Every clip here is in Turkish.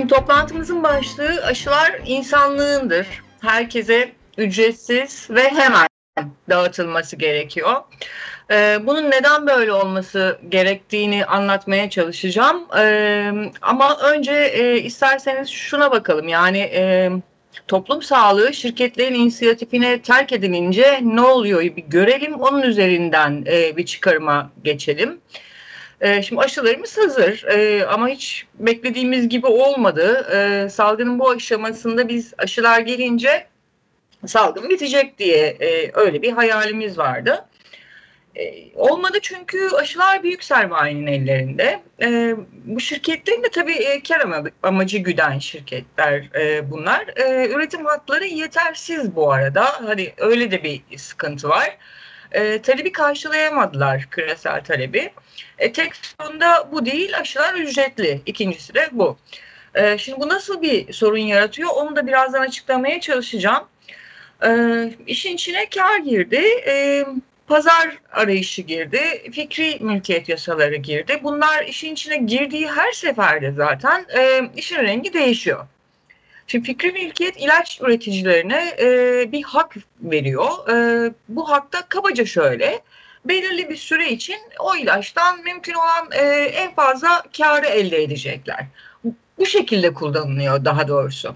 Şimdi toplantımızın başlığı aşılar insanlığındır. Herkese ücretsiz ve hemen dağıtılması gerekiyor. Bunun neden böyle olması gerektiğini anlatmaya çalışacağım. Ama önce isterseniz şuna bakalım. Yani toplum sağlığı şirketlerin inisiyatifine terk edilince ne oluyor bir görelim. Onun üzerinden bir çıkarıma geçelim. Şimdi aşılarımız hazır ama hiç beklediğimiz gibi olmadı. Salgının bu aşamasında biz aşılar gelince salgın bitecek diye öyle bir hayalimiz vardı. Olmadı çünkü aşılar büyük sermayenin ellerinde. Bu şirketlerin de tabii kar amacı güden şirketler bunlar. Üretim hatları yetersiz bu arada. Hani öyle de bir sıkıntı var. Talebi karşılayamadılar, küresel talebi. Tek sorun da bu değil, aşılar ücretli. İkincisi de bu. Şimdi bu nasıl bir sorun yaratıyor onu da birazdan açıklamaya çalışacağım. İşin içine kar girdi, pazar arayışı girdi, fikri mülkiyet yasaları girdi. Bunlar işin içine girdiği her seferde zaten işin rengi değişiyor. Şimdi fikri mülkiyet ilaç üreticilerine bir hak veriyor. Bu hak da kabaca şöyle: belirli bir süre için o ilaçtan mümkün olan en fazla kârı elde edecekler. Bu şekilde kullanılıyor daha doğrusu.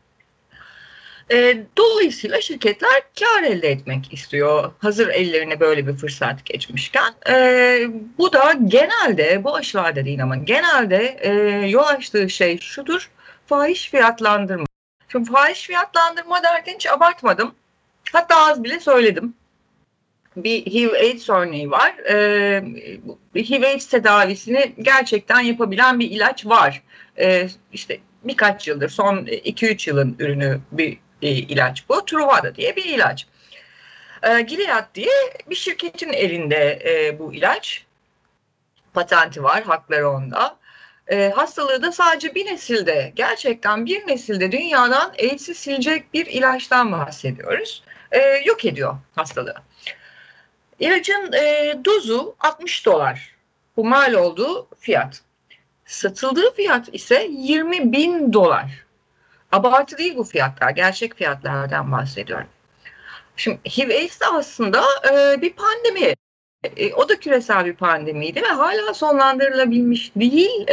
Dolayısıyla şirketler kar elde etmek istiyor. Hazır ellerine böyle bir fırsat geçmişken. Bu da genelde, bu aşılarda değil ama genelde yol açtığı şey şudur: fahiş fiyatlandırma. Şimdi fahiş fiyatlandırma derken hiç abartmadım. Hatta az bile söyledim. Bir HIV/AIDS örneği var. HIV/AIDS tedavisini gerçekten yapabilen bir ilaç var. İşte birkaç yıldır, son 2-3 yılın ürünü bir ilaç bu. Truvada diye bir ilaç. Gilead diye bir şirketin elinde bu ilaç. Patenti var, hakları onda. Hastalığı da sadece bir nesilde, gerçekten bir nesilde dünyadan AIDS'i silecek bir ilaçtan bahsediyoruz. Yok ediyor hastalığı. İlacın dozu $60. Bu mal olduğu fiyat. Satıldığı fiyat ise $20.000. Abartı değil bu fiyatlar. Gerçek fiyatlardan bahsediyorum. Şimdi HIV/AIDS de aslında bir pandemi. O da küresel bir pandemiydi ve hala sonlandırılabilmiş değil.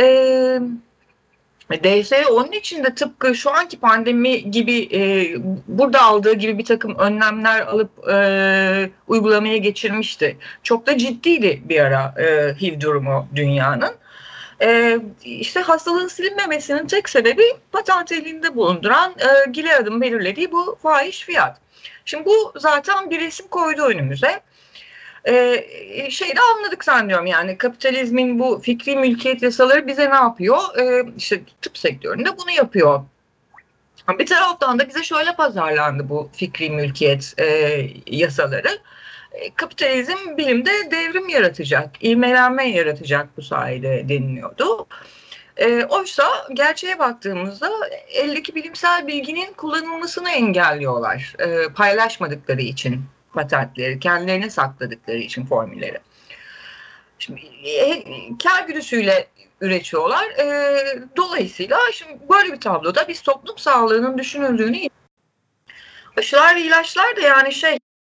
DS onun için de tıpkı şu anki pandemi gibi burada aldığı gibi bir takım önlemler alıp uygulamaya geçirmişti. Çok da ciddiydi bir ara HIV durumu dünyanın. İşte hastalığın silinmemesinin tek sebebi patent elinde bulunduran Gilead'ın belirlediği bu fahiş fiyat. Şimdi bu zaten bir resim koydu önümüze. Şeyde anladık sanıyorum, yani kapitalizmin bu fikri mülkiyet yasaları bize ne yapıyor? İşte tıp sektöründe bunu yapıyor. Bir taraftan da bize şöyle pazarlandı bu fikri mülkiyet yasaları. Kapitalizm bilimde devrim yaratacak, ivmelenme yaratacak bu sayede deniliyordu. Oysa gerçeğe baktığımızda eldeki bilimsel bilginin kullanılmasını engelliyorlar. Paylaşmadıkları için patentleri, kendilerine sakladıkları için formülleri. Şimdi kar güdüsüyle üretiyorlar. Dolayısıyla şimdi böyle bir tabloda biz toplum sağlığının düşünüldüğünü, aşılar ve ilaçlar da yani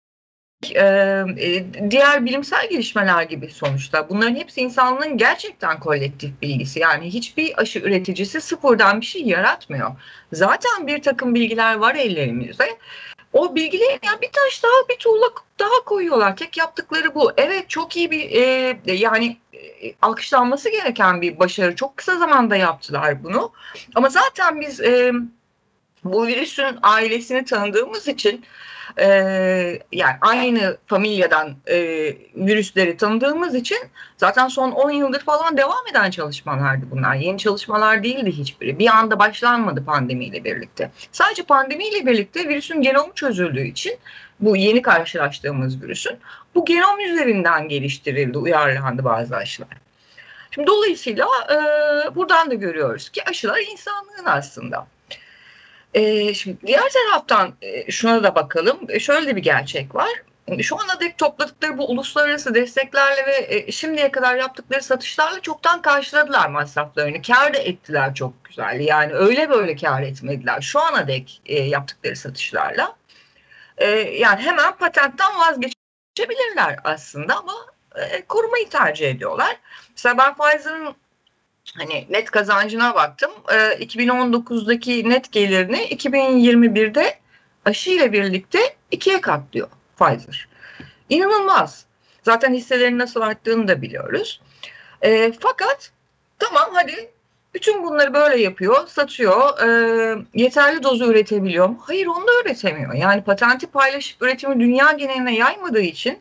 diğer bilimsel gelişmeler gibi sonuçta. Bunların hepsi insanlığın gerçekten kolektif bilgisi. Yani hiçbir aşı üreticisi sıfırdan bir şey yaratmıyor. Zaten bir takım bilgiler var ellerimizde. O bilgileri yani bir taş daha, bir tuğla daha koyuyorlar. Tek yaptıkları bu. Evet, çok iyi bir yani alkışlanması gereken bir başarı. Çok kısa zamanda yaptılar bunu. Ama zaten biz bu virüsün ailesini tanıdığımız için yani aynı familyadan virüsleri tanıdığımız için zaten son 10 yıldır falan devam eden çalışmalardı bunlar. Yeni çalışmalar değildi hiçbiri. Bir anda başlanmadı pandemiyle birlikte. Sadece pandemiyle birlikte virüsün genomu çözüldüğü için, bu yeni karşılaştığımız virüsün, bu genom üzerinden geliştirildi, uyarlandı bazı aşılar. Şimdi dolayısıyla buradan da görüyoruz ki aşılar insanlığın aslında. Şimdi diğer taraftan şuna da bakalım. Şöyle de bir gerçek var. şu ana dek topladıkları bu uluslararası desteklerle ve şimdiye kadar yaptıkları satışlarla çoktan karşıladılar masraflarını. Kâr da ettiler çok güzel. Yani öyle böyle kâr etmediler. Şu ana dek yaptıkları satışlarla. Yani hemen patentten vazgeçebilirler aslında ama korumayı tercih ediyorlar. Mesela ben Pfizer'ın hani net kazancına baktım. 2019'daki net gelirini 2021'de aşı ile birlikte 2'ye katlıyor Pfizer. İnanılmaz. Zaten hisselerin nasıl arttığını da biliyoruz. Fakat tamam hadi bütün bunları böyle yapıyor, satıyor. Yeterli dozu üretebiliyor mu? Hayır, onu da üretemiyor. Yani patenti paylaşıp üretimi dünya geneline yaymadığı için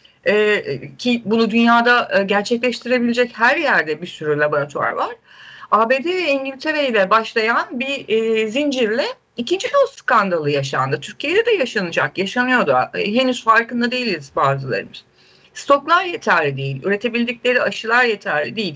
ki bunu dünyada gerçekleştirebilecek her yerde bir sürü laboratuvar var. ABD ve İngiltere ile başlayan bir zincirle ikinci doz skandalı yaşandı. Türkiye'de de yaşanıyor da henüz farkında değiliz bazılarımız. Stoklar yeterli değil, üretebildikleri aşılar yeterli değil.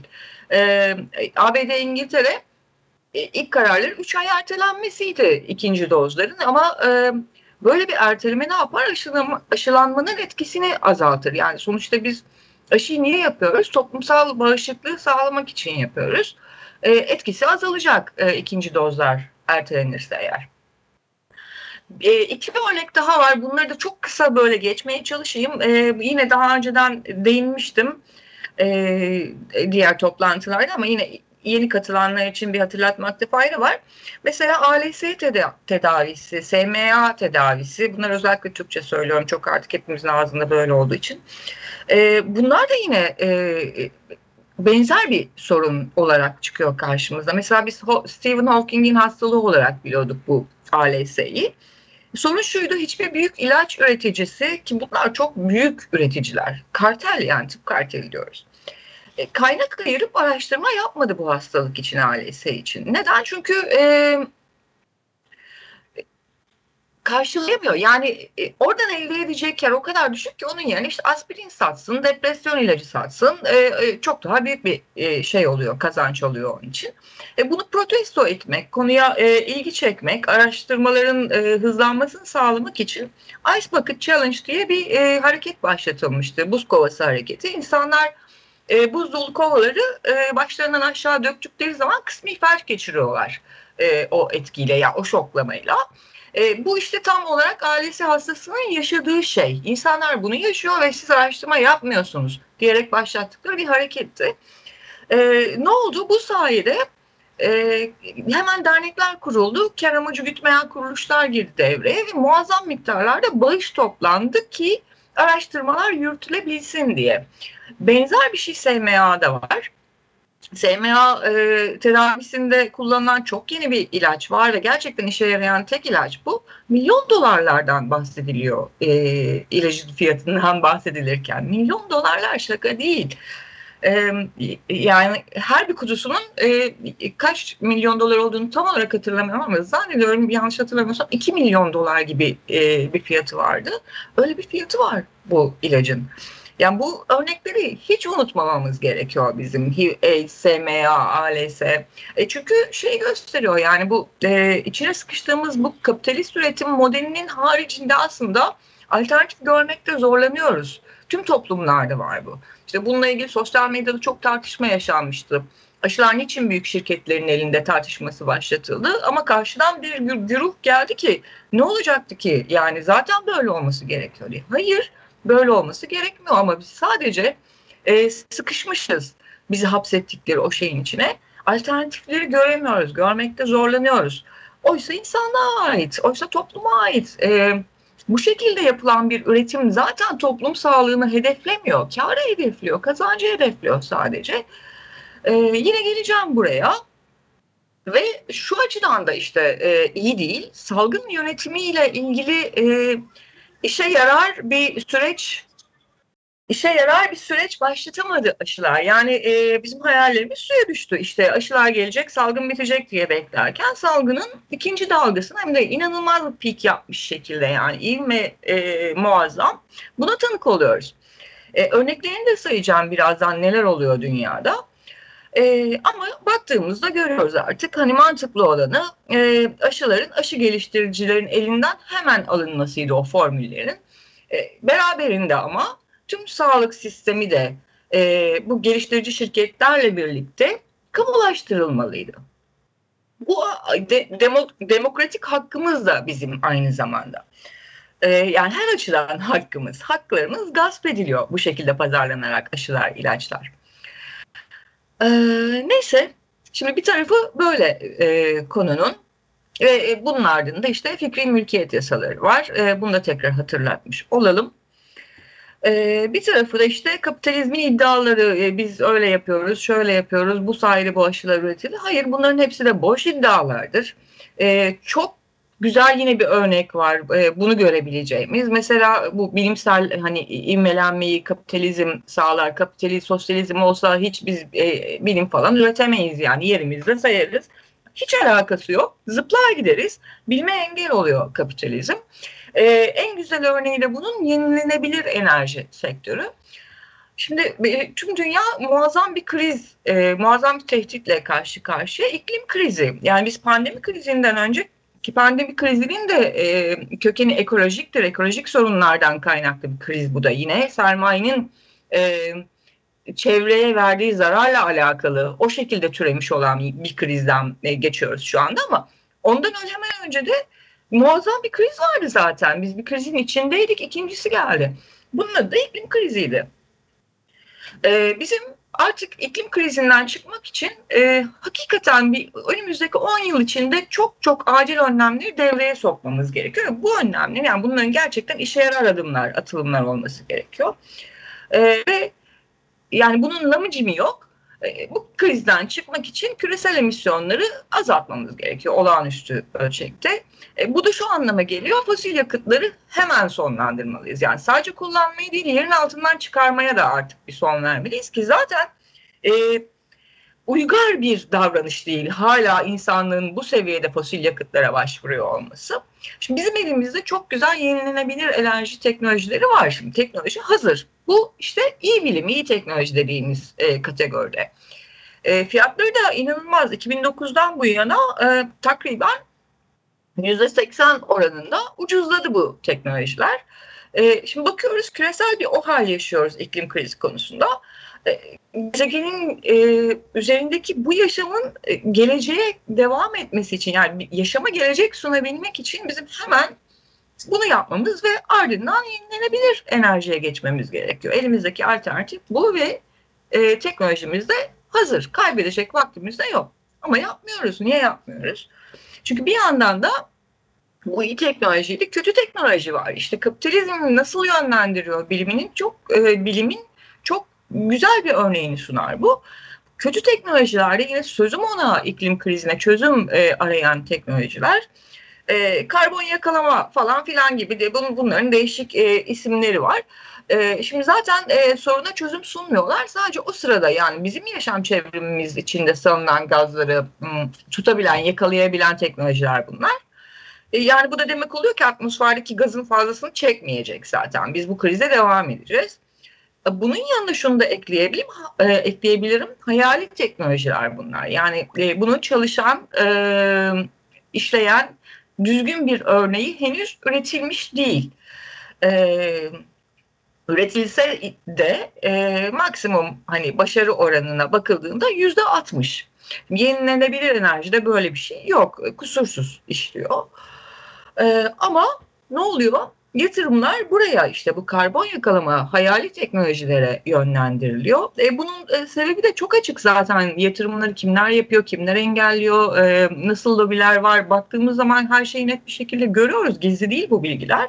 ABD, İngiltere ilk kararları 3 ay ertelenmesiydi ikinci dozların ama böyle bir erteleme ne yapar? Aşılanmanın etkisini azaltır. Yani sonuçta biz aşıyı niye yapıyoruz? Toplumsal bağışıklığı sağlamak için yapıyoruz. Etkisi azalacak ikinci dozlar ertelenirse eğer. İki bir örnek daha var. Bunları da çok kısa böyle geçmeye çalışayım. Yine daha önceden değinmiştim diğer toplantılarda ama yine yeni katılanlar için bir hatırlatmakta fayda var. Mesela ALS tedavisi, SMA tedavisi, bunlar özellikle Türkçe söylüyorum çok artık hepimizin ağzında böyle olduğu için. Bunlar da yine benzer bir sorun olarak çıkıyor karşımıza. Mesela biz Stephen Hawking'in hastalığı olarak biliyorduk bu ALS'yi. Sorun şuydu, hiçbir büyük ilaç üreticisi, ki bunlar çok büyük üreticiler, kartel yani tıp karteli diyoruz. Kaynak ayırıp araştırma yapmadı bu hastalık için, ALS için. Neden? Çünkü karşılayamıyor. Yani oradan elde edecek kar o kadar düşük ki onun yerine işte aspirin satsın, depresyon ilacı satsın. Çok daha büyük bir şey oluyor, kazanç oluyor onun için. Bunu protesto etmek, konuya ilgi çekmek, araştırmaların hızlanmasını sağlamak için Ice Bucket Challenge diye bir hareket başlatılmıştı. Buz kovası hareketi. İnsanlar buz dolu kovaları başlarından aşağı döktükleri zaman kısmi felç geçiriyorlar o etkiyle, ya o şoklamayla. Bu işte tam olarak ALS hastasının yaşadığı şey. İnsanlar bunu yaşıyor ve siz araştırma yapmıyorsunuz diyerek başlattıkları bir hareketti. Ne oldu? Bu sayede hemen dernekler kuruldu. Kar amacı gütmeyen kuruluşlar girdi devreye ve muazzam miktarlarda bağış toplandı ki araştırmalar yürütülebilsin diye. Benzer bir şey SMA'da var. SMA tedavisinde kullanılan çok yeni bir ilaç var ve gerçekten işe yarayan tek ilaç bu. Milyon dolarlardan bahsediliyor ilacın fiyatından bahsedilirken. Milyon dolarlar şaka değil. Yani her bir kutusunun kaç milyon dolar olduğunu tam olarak hatırlamıyorum ama zannediyorum, yanlış hatırlamıyorsam 2 milyon dolar gibi bir fiyatı vardı. Öyle bir fiyatı var bu ilacın. Yani bu örnekleri hiç unutmamamız gerekiyor bizim HIV, SMA, ALS. Çünkü şey gösteriyor, yani bu içine sıkıştığımız bu kapitalist üretim modelinin haricinde aslında alternatif görmekte zorlanıyoruz. Tüm toplumlarda var bu. İşte bununla ilgili sosyal medyada çok tartışma yaşanmıştı. Aşılar niçin büyük şirketlerin elinde tartışması başlatıldı ama karşıdan bir güruh geldi ki ne olacaktı ki, yani zaten böyle olması gerekiyor diye. Hayır, böyle olması gerekmiyor ama biz sadece sıkışmışız, bizi hapsettikleri o şeyin içine. Alternatifleri göremiyoruz, görmekte zorlanıyoruz. Oysa insanlığa ait, oysa topluma ait. Bu şekilde yapılan bir üretim zaten toplum sağlığını hedeflemiyor, kârı hedefliyor, kazancı hedefliyor sadece. Yine geleceğim buraya ve şu açıdan da işte iyi değil. Salgın yönetimiyle ilgili işe yarar bir süreç başlatamadı aşılar. Yani bizim hayallerimiz suya düştü. İşte aşılar gelecek, salgın bitecek diye beklerken salgının ikinci dalgasını hem de inanılmaz bir peak yapmış şekilde, yani ivme muazzam. Buna tanık oluyoruz. Örneklerini de sayacağım birazdan, neler oluyor dünyada. Ama baktığımızda görüyoruz artık hani mantıklı olanı aşıların, aşı geliştiricilerin elinden hemen alınmasıydı o formüllerin. Beraberinde ama tüm sağlık sistemi de bu geliştirici şirketlerle birlikte kamulaştırılmalıydı. Bu demokratik hakkımız da bizim aynı zamanda. Yani her açıdan hakkımız, haklarımız gasp ediliyor bu şekilde pazarlanarak aşılar, ilaçlar. Neyse, şimdi bir tarafı böyle konunun ve bunun ardında işte fikri mülkiyet yasaları var. Bunu da tekrar hatırlatmış olalım. Bir tarafı da işte kapitalizmin iddiaları, biz öyle yapıyoruz, şöyle yapıyoruz, bu sayede bu aşılar üretildi. Hayır, bunların hepsi de boş iddialardır. Çok güzel yine bir örnek var bunu görebileceğimiz. Mesela bu bilimsel hani ivmelenmeyi kapitalizm sağlar, kapitalist sosyalizm olsa hiç biz bilim falan üretemeyiz yani yerimizde sayarız. Hiç alakası yok. Zıplar gideriz. Bilme engel oluyor kapitalizm. En güzel örneği de bunun yenilenebilir enerji sektörü. Şimdi tüm dünya muazzam bir kriz, muazzam bir tehditle karşı karşıya, iklim krizi. Yani biz pandemi krizinden önce ki pandemi krizinin de kökeni ekolojiktir, ekolojik sorunlardan kaynaklı bir kriz bu da yine. Sermayenin çevreye verdiği zararla alakalı o şekilde türemiş olan bir krizden geçiyoruz şu anda ama ondan hemen önce de muazzam bir kriz vardı zaten. Biz bir krizin içindeydik, ikincisi geldi. Bunun adı da iklim kriziydi. Bizim artık iklim krizinden çıkmak için hakikaten önümüzdeki 10 yıl içinde çok çok acil önlemleri devreye sokmamız gerekiyor. Bu önlemler yani bunların gerçekten işe yarar adımlar, atılımlar olması gerekiyor. Ve yani bunun lamıcımı yok. Bu krizden çıkmak için küresel emisyonları azaltmamız gerekiyor olağanüstü ölçekte. Bu da şu anlama geliyor, fosil yakıtları hemen sonlandırmalıyız. Yani sadece kullanmayı değil, yerin altından çıkarmaya da artık bir son vermeliyiz ki zaten uygar bir davranış değil. Hala insanlığın bu seviyede fosil yakıtlara başvuruyor olması. Şimdi bizim elimizde çok güzel yenilenebilir enerji teknolojileri var. Şimdi teknoloji hazır. Bu işte iyi bilim, iyi teknoloji dediğimiz kategoride. Fiyatları da inanılmaz. 2009'dan bu yana takriben %80 oranında ucuzladı bu teknolojiler. Şimdi bakıyoruz küresel bir OHAL yaşıyoruz iklim krizi konusunda. Gezegenin üzerindeki bu yaşamın geleceğe devam etmesi için yani yaşama gelecek sunabilmek için bizim hemen bunu yapmamız ve ardından yenilenebilir enerjiye geçmemiz gerekiyor. Elimizdeki alternatif bu ve teknolojimiz de hazır. Kaybedecek vaktimiz de yok. Ama yapmıyoruz. Niye yapmıyoruz? Çünkü bir yandan da bu iyi teknolojiyle kötü teknoloji var. İşte kapitalizm nasıl yönlendiriyor bilimin çok güzel bir örneğini sunar bu. Kötü teknolojilerde yine sözüm ona iklim krizine çözüm arayan teknolojiler. Karbon yakalama falan filan gibi de bunların değişik isimleri var. Şimdi zaten soruna çözüm sunmuyorlar. Sadece o sırada yani bizim yaşam çevremiz içinde salınan gazları tutabilen, yakalayabilen teknolojiler bunlar. Yani bu da demek oluyor ki atmosferdeki gazın fazlasını çekmeyecek zaten. Biz bu krize devam edeceğiz. Bunun yanında şunu da ekleyebilirim. Hayali teknolojiler bunlar. Yani bunun çalışan, işleyen düzgün bir örneği henüz üretilmiş değil. Üretilse de maksimum hani başarı oranına bakıldığında %60. Yenilenebilir enerjide böyle bir şey yok. Kusursuz işliyor. Ama ne oluyor? Yatırımlar buraya işte bu karbon yakalama hayali teknolojilere yönlendiriliyor. Bunun sebebi de çok açık zaten. Yatırımları kimler yapıyor, kimler engelliyor, nasıl lobiler var. Baktığımız zaman her şeyi net bir şekilde görüyoruz. Gizli değil bu bilgiler.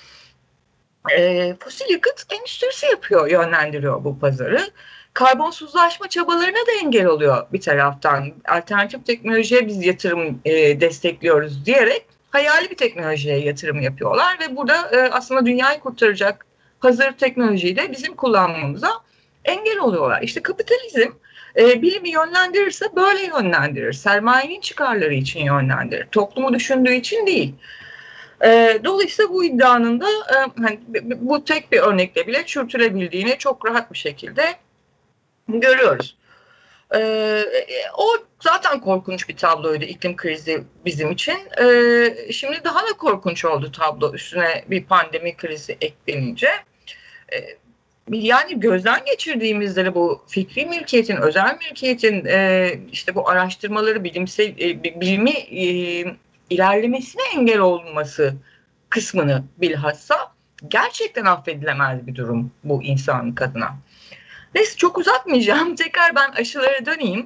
Fosil yakıt endüstrisi yapıyor, yönlendiriyor bu pazarı. Karbonsuzlaşma çabalarına da engel oluyor bir taraftan. Alternatif teknolojiye biz yatırım destekliyoruz diyerek hayali bir teknolojiye yatırım yapıyorlar ve burada aslında dünyayı kurtaracak hazır teknolojiyi de bizim kullanmamıza engel oluyorlar. İşte kapitalizm bilimi yönlendirirse böyle yönlendirir. Sermayenin çıkarları için yönlendirir. Toplumu düşündüğü için değil. Dolayısıyla bu iddianın da hani, bu tek bir örnekle bile çürütülebildiğini çok rahat bir şekilde görüyoruz. O zaten korkunç bir tabloydu, iklim krizi bizim için. Şimdi daha da korkunç oldu tablo, üstüne bir pandemi krizi eklenince. Ee, Yani gözden geçirdiğimizde bu fikri mülkiyetin, özel mülkiyetin işte bu araştırmaları, bilimsel bilimi ilerlemesine engel olması kısmını bilhassa gerçekten affedilemez bir durum bu insanlık adına. Neyse, çok uzatmayacağım. Tekrar ben aşılara döneyim.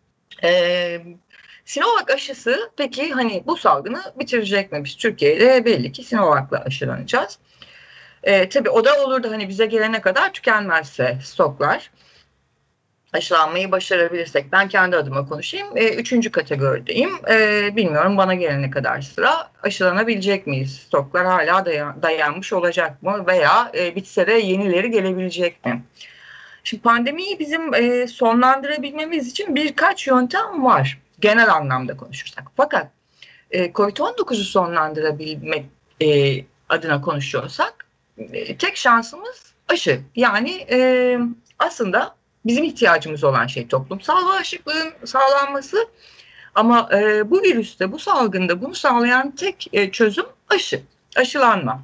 Sinovac aşısı peki hani bu salgını bitirecek mi? Biz Türkiye'de belli ki Sinovac'la aşılanacağız. Tabii o da olur da hani bize gelene kadar tükenmezse stoklar, aşılanmayı başarabilirsek. Ben kendi adıma konuşayım. Üçüncü kategorideyim. Bilmiyorum, bana gelene kadar sıra aşılanabilecek miyiz? Stoklar hala dayanmış olacak mı? Veya bitse de yenileri gelebilecek mi? Şimdi pandemiyi bizim sonlandırabilmemiz için birkaç yöntem var. Genel anlamda konuşursak. Fakat COVID-19'u sonlandırabilmek adına konuşuyorsak tek şansımız aşı. Yani aslında bizim ihtiyacımız olan şey toplumsal bağışıklığın sağlanması. Ama bu virüste, bu salgında bunu sağlayan tek çözüm aşı, aşılanma.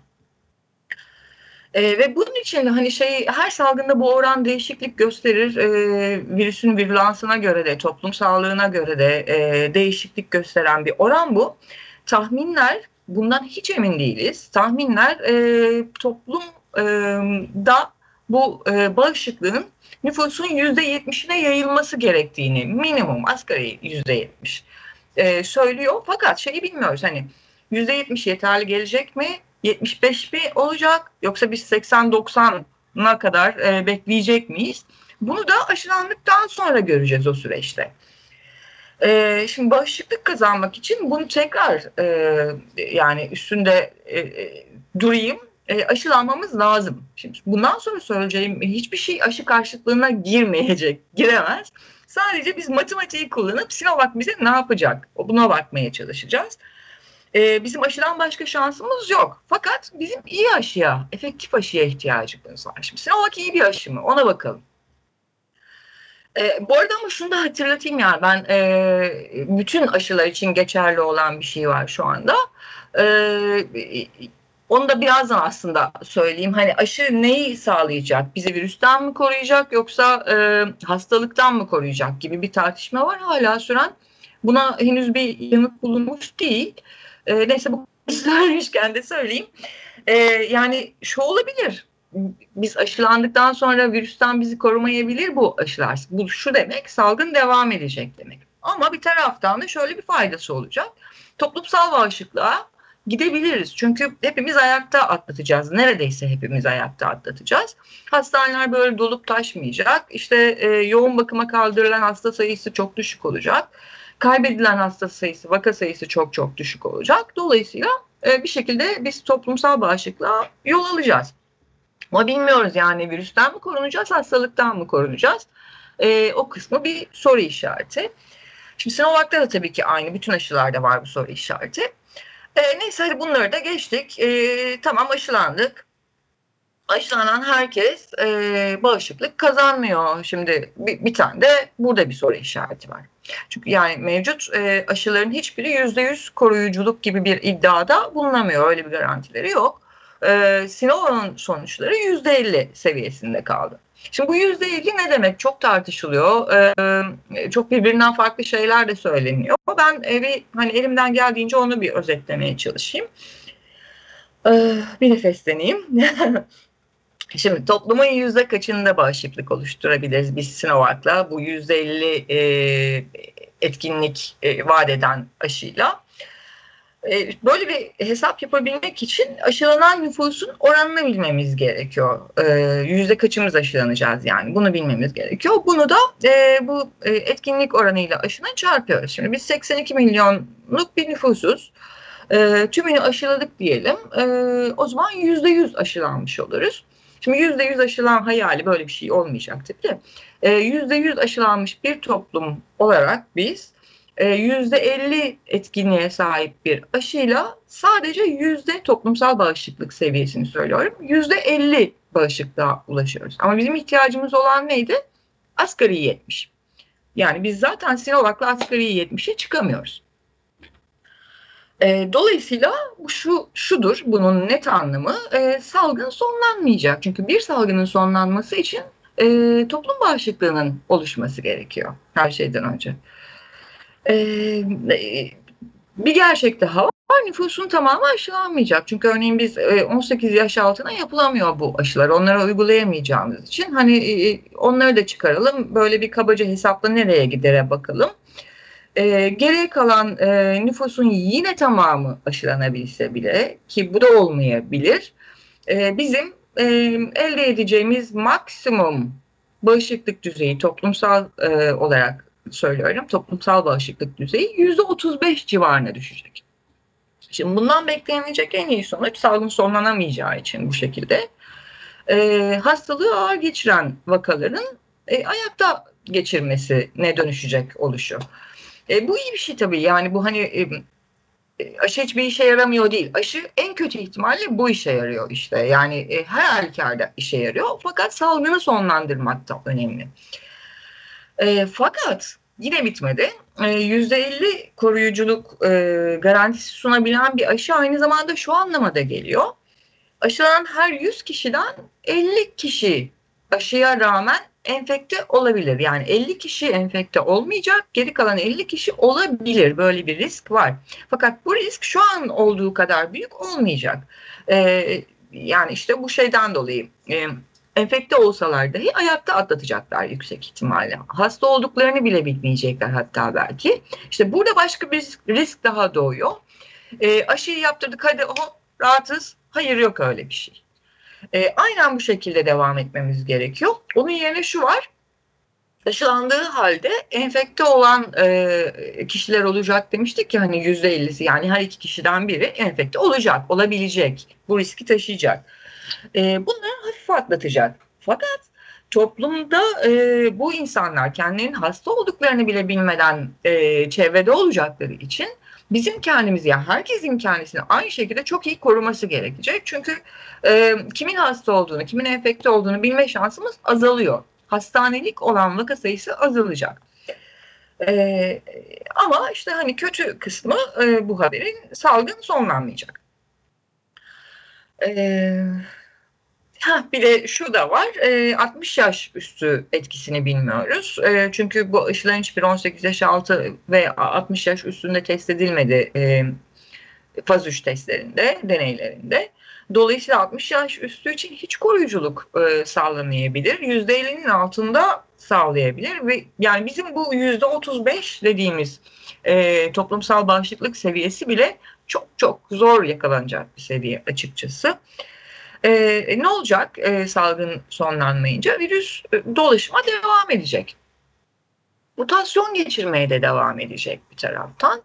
Ve bunun için hani her salgında bu oran değişiklik gösterir. Virüsün virülansına göre de, toplum sağlığına göre de değişiklik gösteren bir oran bu. Tahminler, bundan hiç emin değiliz. Tahminler toplumda bu bağışıklığın nüfusun %70'ine yayılması gerektiğini, minimum asgari %70 söylüyor. Fakat bilmiyoruz, hani %70 yeterli gelecek mi? 75 mi olacak, yoksa biz 80-90'a kadar bekleyecek miyiz? Bunu da aşılandıktan sonra göreceğiz o süreçte. Şimdi bağışıklık kazanmak için bunu tekrar yani üstünde durayım, aşılanmamız lazım. Şimdi bundan sonra söyleyeceğim hiçbir şey aşı karşıtlığına giremez. Sadece biz matematiği kullanıp Sinovac bize ne yapacak? Buna bakmaya çalışacağız. Bizim aşıdan başka şansımız yok. Fakat bizim iyi aşıya, efektif aşıya ihtiyacımız var. Şimdi Sinovac iyi bir aşı mı? Ona bakalım. Bu arada ama şunu da hatırlatayım, yani ben bütün aşılar için geçerli olan bir şey var şu anda. Onu da birazdan aslında söyleyeyim. Hani aşı neyi sağlayacak? Bizi virüsten mi koruyacak, yoksa hastalıktan mı koruyacak gibi bir tartışma var hala süren. Buna henüz bir yanıt bulunmuş değil. Neyse, bu söylemişken de söyleyeyim. Yani şu olabilir. Biz aşılandıktan sonra virüsten bizi korumayabilir bu aşılar. Bu şu demek, salgın devam edecek demek. Ama bir taraftan da şöyle bir faydası olacak. Toplumsal bağışıklığa gidebiliriz. Çünkü hepimiz ayakta atlatacağız. Neredeyse hepimiz ayakta atlatacağız. Hastaneler böyle dolup taşmayacak. İşte yoğun bakıma kaldırılan hasta sayısı çok düşük olacak. Kaybedilen hasta sayısı, vaka sayısı çok çok düşük olacak. Dolayısıyla bir şekilde biz toplumsal bağışıklığa yol alacağız. Ama bilmiyoruz, yani virüsten mi korunacağız, hastalıktan mı korunacağız? O kısmı bir soru işareti. Şimdi Sinovac'ta da tabii ki aynı, bütün aşılarda var bu soru işareti. Neyse, hadi bunları da geçtik. Tamam, aşılandık. Aşılanan herkes bağışıklık kazanmıyor. Şimdi bir tane de burada bir soru işareti var. Çünkü yani mevcut aşıların hiçbiri %100 koruyuculuk gibi bir iddiada bulunamıyor. Öyle bir garantileri yok. Sinovac'ın sonuçları %50 seviyesinde kaldı. Şimdi bu %50 ne demek? Çok tartışılıyor. Çok birbirinden farklı şeyler de söyleniyor. Ben hani elimden geldiğince onu bir özetlemeye çalışayım. Bir nefesleneyim. Şimdi toplumun yüzde kaçında bağışıklık oluşturabiliriz biz Sinovac'la, bu %50 etkinlik vaat eden aşıyla? Böyle bir hesap yapabilmek için aşılanan nüfusun oranını bilmemiz gerekiyor. Yüzde kaçımız aşılanacağız, yani bunu bilmemiz gerekiyor. Bunu da bu etkinlik oranıyla aşının çarpıyoruz. Şimdi biz 82 milyonluk bir nüfusuz. Tümünü aşıladık diyelim. O zaman %100 aşılanmış oluruz. Şimdi %100 aşılan hayali böyle bir şey olmayacak tabii de. %100 aşılanmış bir toplum olarak biz %50 etkinliğe sahip bir aşıyla sadece toplumsal bağışıklık seviyesini söylüyorum, %50 bağışıklığa ulaşıyoruz. Ama bizim ihtiyacımız olan neydi? Asgari 70. Yani biz zaten Sinovac'la asgari 70'e çıkamıyoruz. Dolayısıyla şudur, bunun net anlamı, salgın sonlanmayacak. Çünkü bir salgının sonlanması için toplum bağışıklığının oluşması gerekiyor her şeyden önce. Ee, Bir gerçek daha var. Nüfusun tamamı aşılanmayacak. Çünkü örneğin biz 18 yaş altına yapılamıyor bu aşılar. Onlara uygulayamayacağımız için hani onları da çıkaralım. Böyle bir kabaca hesapla nereye gidere bakalım. Geriye kalan nüfusun yine tamamı aşılanabilse bile, ki bu da olmayabilir, bizim elde edeceğimiz maksimum bağışıklık düzeyi, toplumsal olarak söylüyorum, toplumsal bağışıklık düzeyi %35 civarına düşecek. Şimdi bundan beklenilecek en iyi sonuç, salgın sonlanamayacağı için bu şekilde hastalığı ağır geçiren vakaların ayakta geçirmesine dönüşecek oluşu. Bu iyi bir şey tabii. Yani bu hani aşı hiçbir işe yaramıyor değil. Aşı en kötü ihtimalle bu işe yarıyor işte. Yani her halükarda işe yarıyor. Fakat salgını sonlandırmak da önemli. Fakat yine bitmedi. %50 koruyuculuk garantisi sunabilen bir aşı aynı zamanda şu anlamada geliyor. Aşılanan her 100 kişiden 50 kişi aşıya rağmen enfekte olabilir. Yani 50 kişi enfekte olmayacak, geri kalan 50 kişi olabilir. Böyle bir risk var. Fakat bu risk şu an olduğu kadar büyük olmayacak. Yani işte bu şeyden dolayı enfekte olsalar dahi ayakta atlatacaklar yüksek ihtimalle. Hasta olduklarını bile bilmeyecekler hatta belki. İşte burada başka bir risk daha doğuyor. Aşıyı yaptırdık, hadi rahatız. Hayır, yok öyle bir şey. Aynen bu şekilde devam etmemiz gerekiyor. Onun yerine şu var. Aşılandığı halde enfekte olan kişiler olacak demiştik ki, hani %50'si, yani her iki kişiden biri enfekte olacak, olabilecek, bu riski taşıyacak. Bunları hafif atlatacak. Fakat toplumda bu insanlar kendilerinin hasta olduklarını bile bilmeden çevrede olacakları için bizim kendimizi, yani herkesin kendisini aynı şekilde çok iyi koruması gerekecek. Çünkü kimin hasta olduğunu, kimin enfekte olduğunu bilme şansımız azalıyor. Hastanelik olan vaka sayısı azalacak. Ama işte hani kötü kısmı bu haberin, salgın sonlanmayacak. Bir de şu da var, 60 yaş üstü etkisini bilmiyoruz. Çünkü bu aşıların hiçbir 18 yaş altı ve 60 yaş üstünde test edilmedi faz 3 testlerinde, deneylerinde. Dolayısıyla 60 yaş üstü için hiç koruyuculuk sağlamayabilir. %50'nin altında sağlayabilir ve yani bizim bu %35 dediğimiz toplumsal bağışıklık seviyesi bile çok çok zor yakalanacak bir seviye açıkçası. Ne olacak salgın sonlanmayınca? Virüs dolaşıma devam edecek. Mutasyon geçirmeye de devam edecek bir taraftan.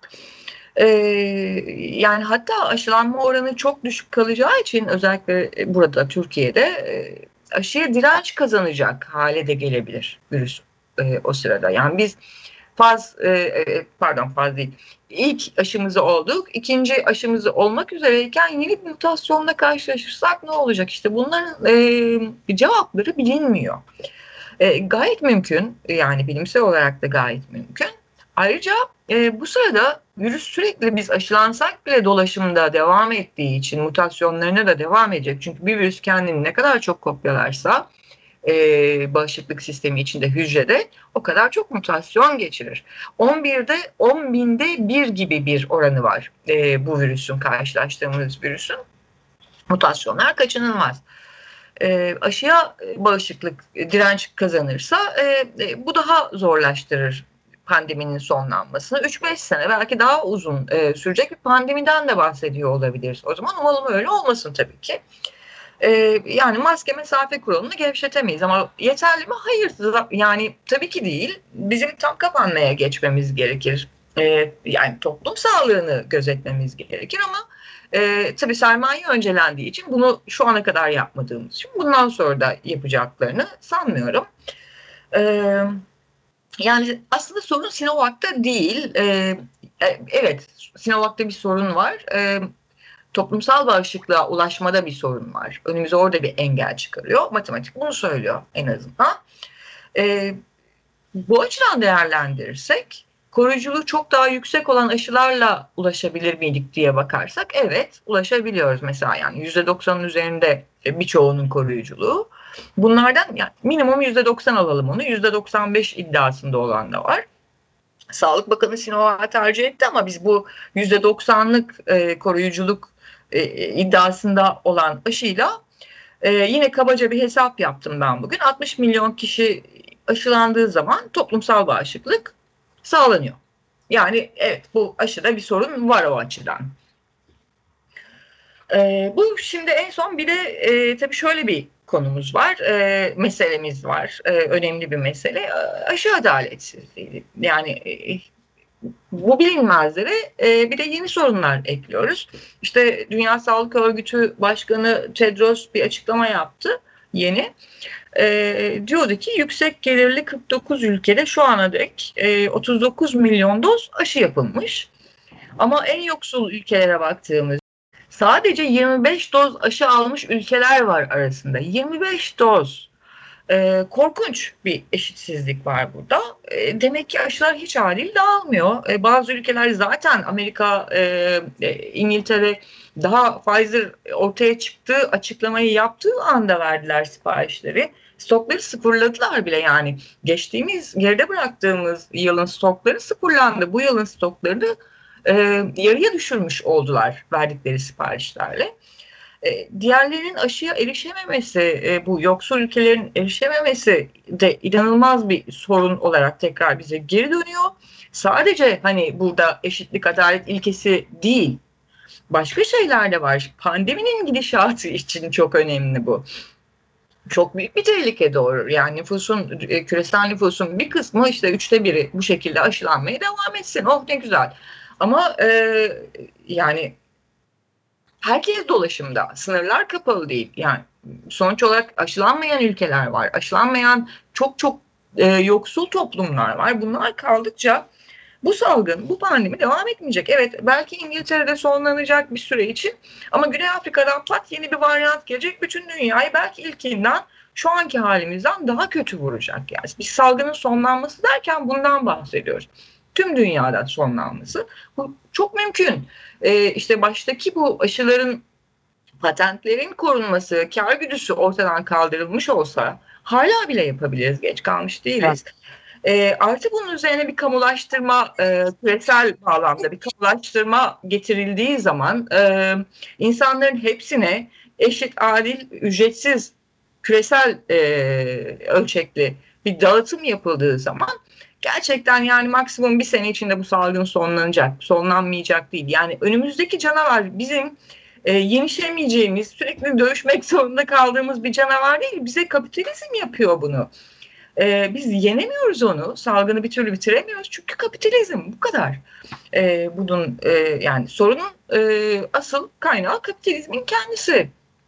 Yani hatta aşılanma oranı çok düşük kalacağı için özellikle burada Türkiye'de aşıya direnç kazanacak hale de gelebilir virüs o sırada. Yani biz faz değil. İlk aşımızı olduk. İkinci aşımızı olmak üzereyken yeni bir mutasyonla karşılaşırsak ne olacak? İşte bunların cevapları bilinmiyor. Gayet mümkün, yani bilimsel olarak da gayet mümkün. Ayrıca bu sırada virüs sürekli biz aşılansak bile dolaşımda devam ettiği için mutasyonlarına da devam edecek. Çünkü bir virüs kendini ne kadar çok kopyalarsa bağışıklık sistemi içinde, hücrede o kadar çok mutasyon geçirir. 10 binde 1 gibi bir oranı var bu virüsün, karşılaştığımız virüsün. Mutasyonlar kaçınılmaz. Aşıya bağışıklık, direnç kazanırsa bu daha zorlaştırır pandeminin sonlanmasını. 3-5 sene belki daha uzun sürecek bir pandemiden de bahsediyor olabiliriz. O zaman umalım öyle olmasın tabii ki. Yani maske, mesafe kuralını gevşetemeyiz ama yeterli mi? Hayır. Yani tabii ki değil. Bizim tam kapanmaya geçmemiz gerekir. Yani toplum sağlığını gözetmemiz gerekir ama tabii sermaye öncelendiği için bunu şu ana kadar yapmadığımız için bundan sonra da yapacaklarını sanmıyorum. Yani aslında sorun Sinovac'ta değil. Evet, Sinovac'ta bir sorun var. Toplumsal bağışıklığa ulaşmada bir sorun var. Önümüze orada bir engel çıkarıyor. Matematik bunu söylüyor en azından. Bu açıdan değerlendirirsek koruyuculuğu çok daha yüksek olan aşılarla ulaşabilir miydik diye bakarsak evet ulaşabiliyoruz mesela yani %90'ın üzerinde birçoğunun koruyuculuğu. Bunlardan yani minimum %90 alalım onu. %95 iddiasında olan da var. Sağlık Bakanı Sinovac'ı tercih etti ama biz bu %90'lık koruyuculuk iddiasında olan aşıyla yine kabaca bir hesap yaptım ben bugün. 60 milyon kişi aşılandığı zaman toplumsal bağışıklık sağlanıyor. Yani evet bu aşıda bir sorun var o açıdan. Bu şimdi en son bir de tabii şöyle bir konumuz var, meselemiz var, önemli bir mesele. Aşı adaletsizliği. Yani bu bilinmezlere bir de yeni sorunlar ekliyoruz. İşte Dünya Sağlık Örgütü Başkanı Tedros bir açıklama yaptı yeni. Diyordu ki yüksek gelirli 49 ülkede şu ana dek 39 milyon doz aşı yapılmış. Ama en yoksul ülkelere baktığımız sadece 25 doz aşı almış ülkeler var arasında. 25 doz. Korkunç bir eşitsizlik var burada. Demek ki aşılar hiç adil dağılmıyor. Bazı ülkeler zaten Amerika, İngiltere daha Pfizer ortaya çıktığı açıklamayı yaptığı anda verdiler siparişleri. Stokları sıfırladılar bile yani. Geride bıraktığımız yılın stokları sıfırlandı. Bu yılın stoklarını yarıya düşürmüş oldular verdikleri siparişlerle. Diğerlerinin aşıya erişememesi, bu yoksul ülkelerin erişememesi de inanılmaz bir sorun olarak tekrar bize geri dönüyor. Sadece hani burada eşitlik, adalet ilkesi değil, başka şeyler de var. Pandeminin gidişatı için çok önemli bu. Çok büyük bir tehlike doğurur. Yani küresel nüfusun bir kısmı işte 1/3 bu şekilde aşılanmaya devam etsin. Oh ne güzel. Ama yani herkes dolaşımda. Sınırlar kapalı değil. Yani sonuç olarak aşılanmayan ülkeler var. Aşılanmayan çok yoksul toplumlar var. Bunlar kaldıkça bu salgın, bu pandemi devam etmeyecek. Evet belki İngiltere'de sonlanacak bir süre için ama Güney Afrika'dan pat yeni bir varyant gelecek. Bütün dünyayı belki ilkinden şu anki halimizden daha kötü vuracak. Yani biz salgının sonlanması derken bundan bahsediyoruz. Tüm dünyada sonlanması. Bu çok mümkün. İşte baştaki bu aşıların patentlerin korunması, kar güdüsü ortadan kaldırılmış olsa hala bile yapabiliriz. Geç kalmış değiliz. Artı bunun üzerine bir kamulaştırma, küresel bağlamda bir kamulaştırma getirildiği zaman insanların hepsine eşit, adil, ücretsiz, küresel ölçekli bir dağıtım yapıldığı zaman gerçekten yani maksimum bir sene içinde bu salgın sonlanacak, sonlanmayacak değil. Yani önümüzdeki canavar bizim yenişemeyeceğimiz, sürekli dövüşmek zorunda kaldığımız bir canavar değil. Bize kapitalizm yapıyor bunu. Biz yenemiyoruz onu. Salgını bir türlü bitiremiyoruz. Çünkü kapitalizm bu kadar. Bunun yani sorunun asıl kaynağı kapitalizmin kendisi.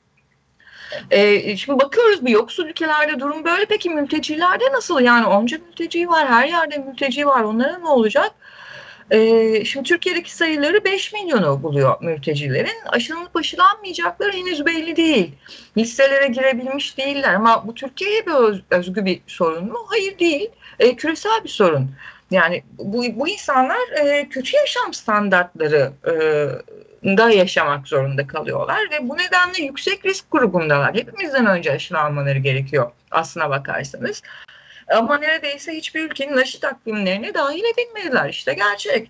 Şimdi bakıyoruz bu yoksul ülkelerde durum böyle. Peki mültecilerde nasıl? Yani onca mülteci var. Her yerde mülteci var. Onlara ne olacak? Şimdi Türkiye'deki sayıları 5 milyonu buluyor mültecilerin. Aşılanıp aşılanmayacakları henüz belli değil. Listelere girebilmiş değiller ama bu Türkiye'ye özgü bir sorun mu? Hayır değil. Küresel bir sorun. Yani bu insanlar kötü yaşam standartları da yaşamak zorunda kalıyorlar ve bu nedenle yüksek risk grubundalar. Hepimizden önce aşılanmaları gerekiyor aslına bakarsanız. Ama neredeyse hiçbir ülkenin aşı takvimlerine dahil edilmediler. İşte gerçek.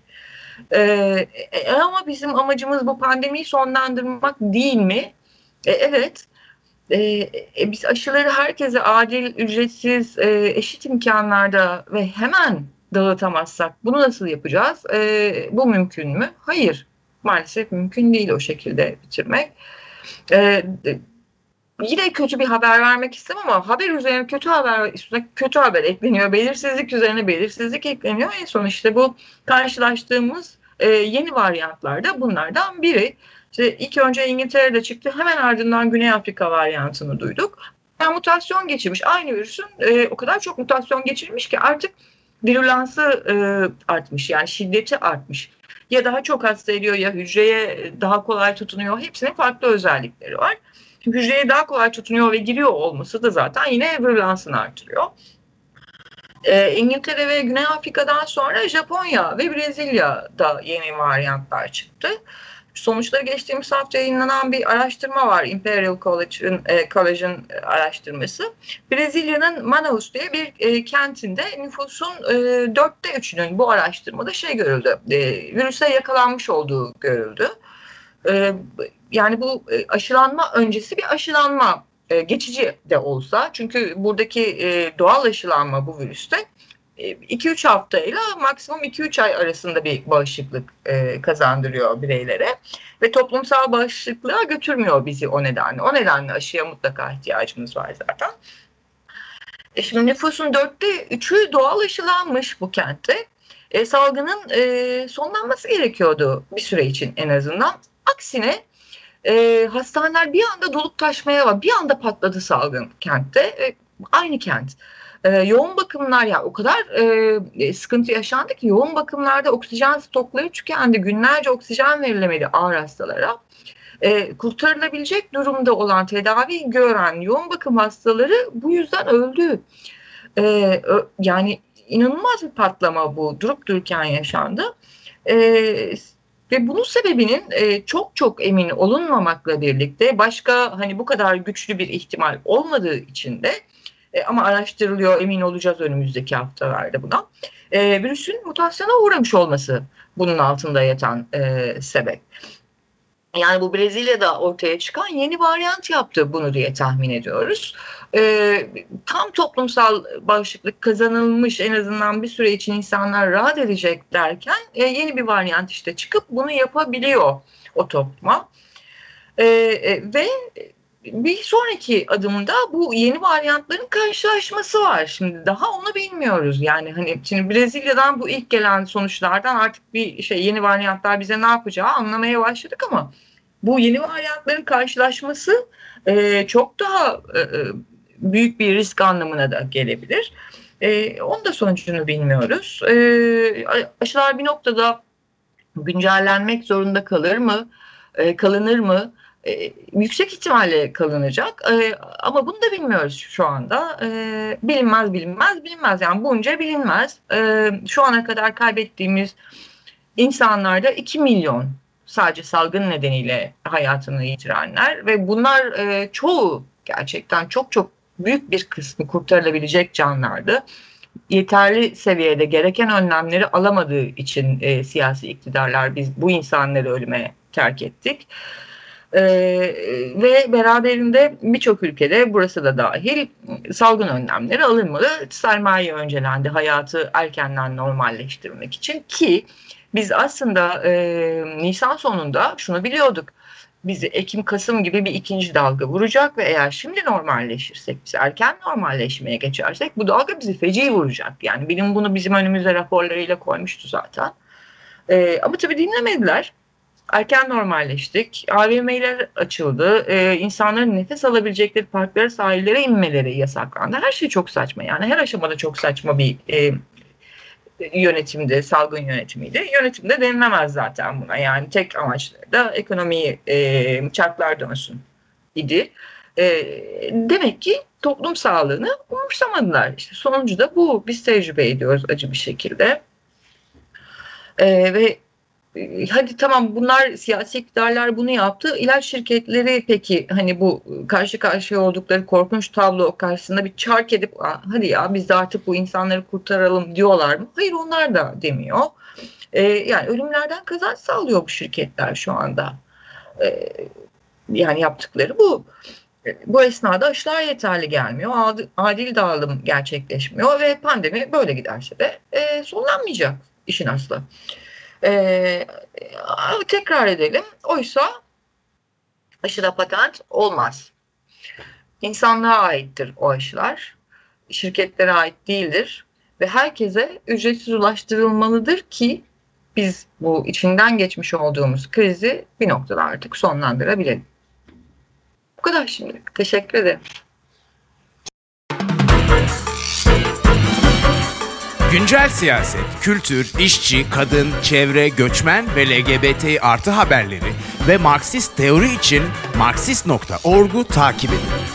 Ama bizim amacımız bu pandemiyi sonlandırmak değil mi? Evet. Biz aşıları herkese adil, ücretsiz, eşit imkanlarda ve hemen dağıtamazsak bunu nasıl yapacağız? Bu mümkün mü? Hayır. Maalesef mümkün değil o şekilde bitirmek. Yine kötü bir haber vermek istemem ama haber üzerine kötü haber üstüne kötü haber ekleniyor. Belirsizlik üzerine belirsizlik ekleniyor. En son işte bu karşılaştığımız yeni varyantlar da bunlardan biri. İşte ilk önce İngiltere'de çıktı. Hemen ardından Güney Afrika varyantını duyduk. Yani mutasyon geçirmiş. Aynı virüsün o kadar çok mutasyon geçirmiş ki artık virülansı artmış. Yani şiddeti artmış. Ya daha çok hasta ediyor ya hücreye daha kolay tutunuyor. Hepsinin farklı özellikleri var. Hücreye daha kolay tutunuyor ve giriyor olması da zaten yine virülansını artırıyor. İngiltere ve Güney Afrika'dan sonra Japonya ve Brezilya'da yeni varyantlar çıktı. Sonuçları geçtiğimiz hafta yayınlanan bir araştırma var. Imperial College'ın araştırması. Brezilya'nın Manaus diye bir kentinde nüfusun 3/4'ünün bu araştırmada görüldü. Virüse yakalanmış olduğu görüldü. Yani bu aşılanma öncesi bir aşılanma, geçici de olsa, çünkü buradaki doğal aşılanma bu virüste 2-3 haftayla maksimum 2-3 ay arasında bir bağışıklık kazandırıyor bireylere ve toplumsal bağışıklığa götürmüyor bizi o nedenle. O nedenle aşıya mutlaka ihtiyacımız var zaten. Şimdi nüfusun 3/4'ü doğal aşılanmış bu kentte. Salgının sonlanması gerekiyordu bir süre için en azından. Aksine hastaneler bir anda dolup taşmaya var. Bir anda patladı salgın kentte. Aynı kent. Yoğun bakımlar, ya o kadar sıkıntı yaşandı ki yoğun bakımlarda oksijen stokları tükendi. Günlerce oksijen verilemedi ağır hastalara. Kurtarılabilecek durumda olan, tedavi gören yoğun bakım hastaları bu yüzden öldü. Yani inanılmaz bir patlama bu, durup dururken yaşandı. Ve bunun sebebinin çok emin olunmamakla birlikte başka hani bu kadar güçlü bir ihtimal olmadığı için de ama araştırılıyor, emin olacağız önümüzdeki haftalarda buna. Virüsün mutasyona uğramış olması bunun altında yatan sebep. Yani bu Brezilya'da ortaya çıkan yeni varyant yaptı bunu diye tahmin ediyoruz. Tam toplumsal bağışıklık kazanılmış, en azından bir süre için insanlar rahat edecek derken yeni bir varyant işte çıkıp bunu yapabiliyor o topluma. Ve bir sonraki adımda bu yeni varyantların karşılaşması var. Şimdi daha onu bilmiyoruz. Yani hani şimdi Brezilya'dan bu ilk gelen sonuçlardan artık bir yeni varyantlar bize ne yapacağı anlamaya başladık ama bu yeni varyantların karşılaşması çok daha büyük bir risk anlamına da gelebilir. Onun da sonucunu bilmiyoruz. Aşılar bir noktada güncellenmek zorunda kalır mı? Kalınır mı? Yüksek ihtimalle kalınacak ama bunu da bilmiyoruz şu anda. Bilinmez. Yani bunca bilinmez. Şu ana kadar kaybettiğimiz insanlarda 2 milyon sadece salgın nedeniyle hayatını yitirenler ve bunlar çoğu gerçekten çok büyük bir kısmı kurtarılabilecek canlardı. Yeterli seviyede gereken önlemleri alamadığı için siyasi iktidarlar biz bu insanları ölüme terk ettik. Ve beraberinde birçok ülkede, burası da dahil, salgın önlemleri alınmalı. Sermaye öncelendi hayatı erkenden normalleştirmek için ki biz aslında Nisan sonunda şunu biliyorduk. Bizi Ekim-Kasım gibi bir ikinci dalga vuracak ve eğer şimdi normalleşirsek, biz erken normalleşmeye geçersek bu dalga bizi feci vuracak. Yani bilim bunu bizim önümüze raporlarıyla koymuştu zaten. Ama tabii dinlemediler. Erken normalleştik. AVM'ler açıldı. İnsanların nefes alabilecekleri parklara, sahillere inmeleri yasaklandı. Her şey çok saçma. Yani her aşamada çok saçma bir yönetimde, salgın yönetimiydi. Yönetimde denilemez zaten buna. Yani tek amaçları da ekonomiyi çarklar dönsün idi. Demek ki toplum sağlığını umursamadılar. İşte sonucu da bu. Biz tecrübe ediyoruz acı bir şekilde. Ve hadi tamam, bunlar siyasi iktidarlar bunu yaptı. İlaç şirketleri peki hani bu karşı karşıya oldukları korkunç tablo karşısında bir çark edip hadi ya biz de artık bu insanları kurtaralım diyorlar mı? Hayır, onlar da demiyor. Yani ölümlerden kazanç sağlıyor bu şirketler şu anda. Yani yaptıkları bu. Bu esnada aşılar yeterli gelmiyor. Adil dağılım gerçekleşmiyor ve pandemi böyle giderse de sonlanmayacak işin aslı. Tekrar edelim. Oysa aşıda patent olmaz. İnsanlığa aittir o aşılar. Şirketlere ait değildir. Ve herkese ücretsiz ulaştırılmalıdır ki biz bu içinden geçmiş olduğumuz krizi bir noktada artık sonlandırabilelim. Bu kadar şimdilik. Teşekkür ederim. Güncel siyaset, kültür, işçi, kadın, çevre, göçmen ve LGBT+ haberleri ve Marksist teori için Marksist.org'u takip edin.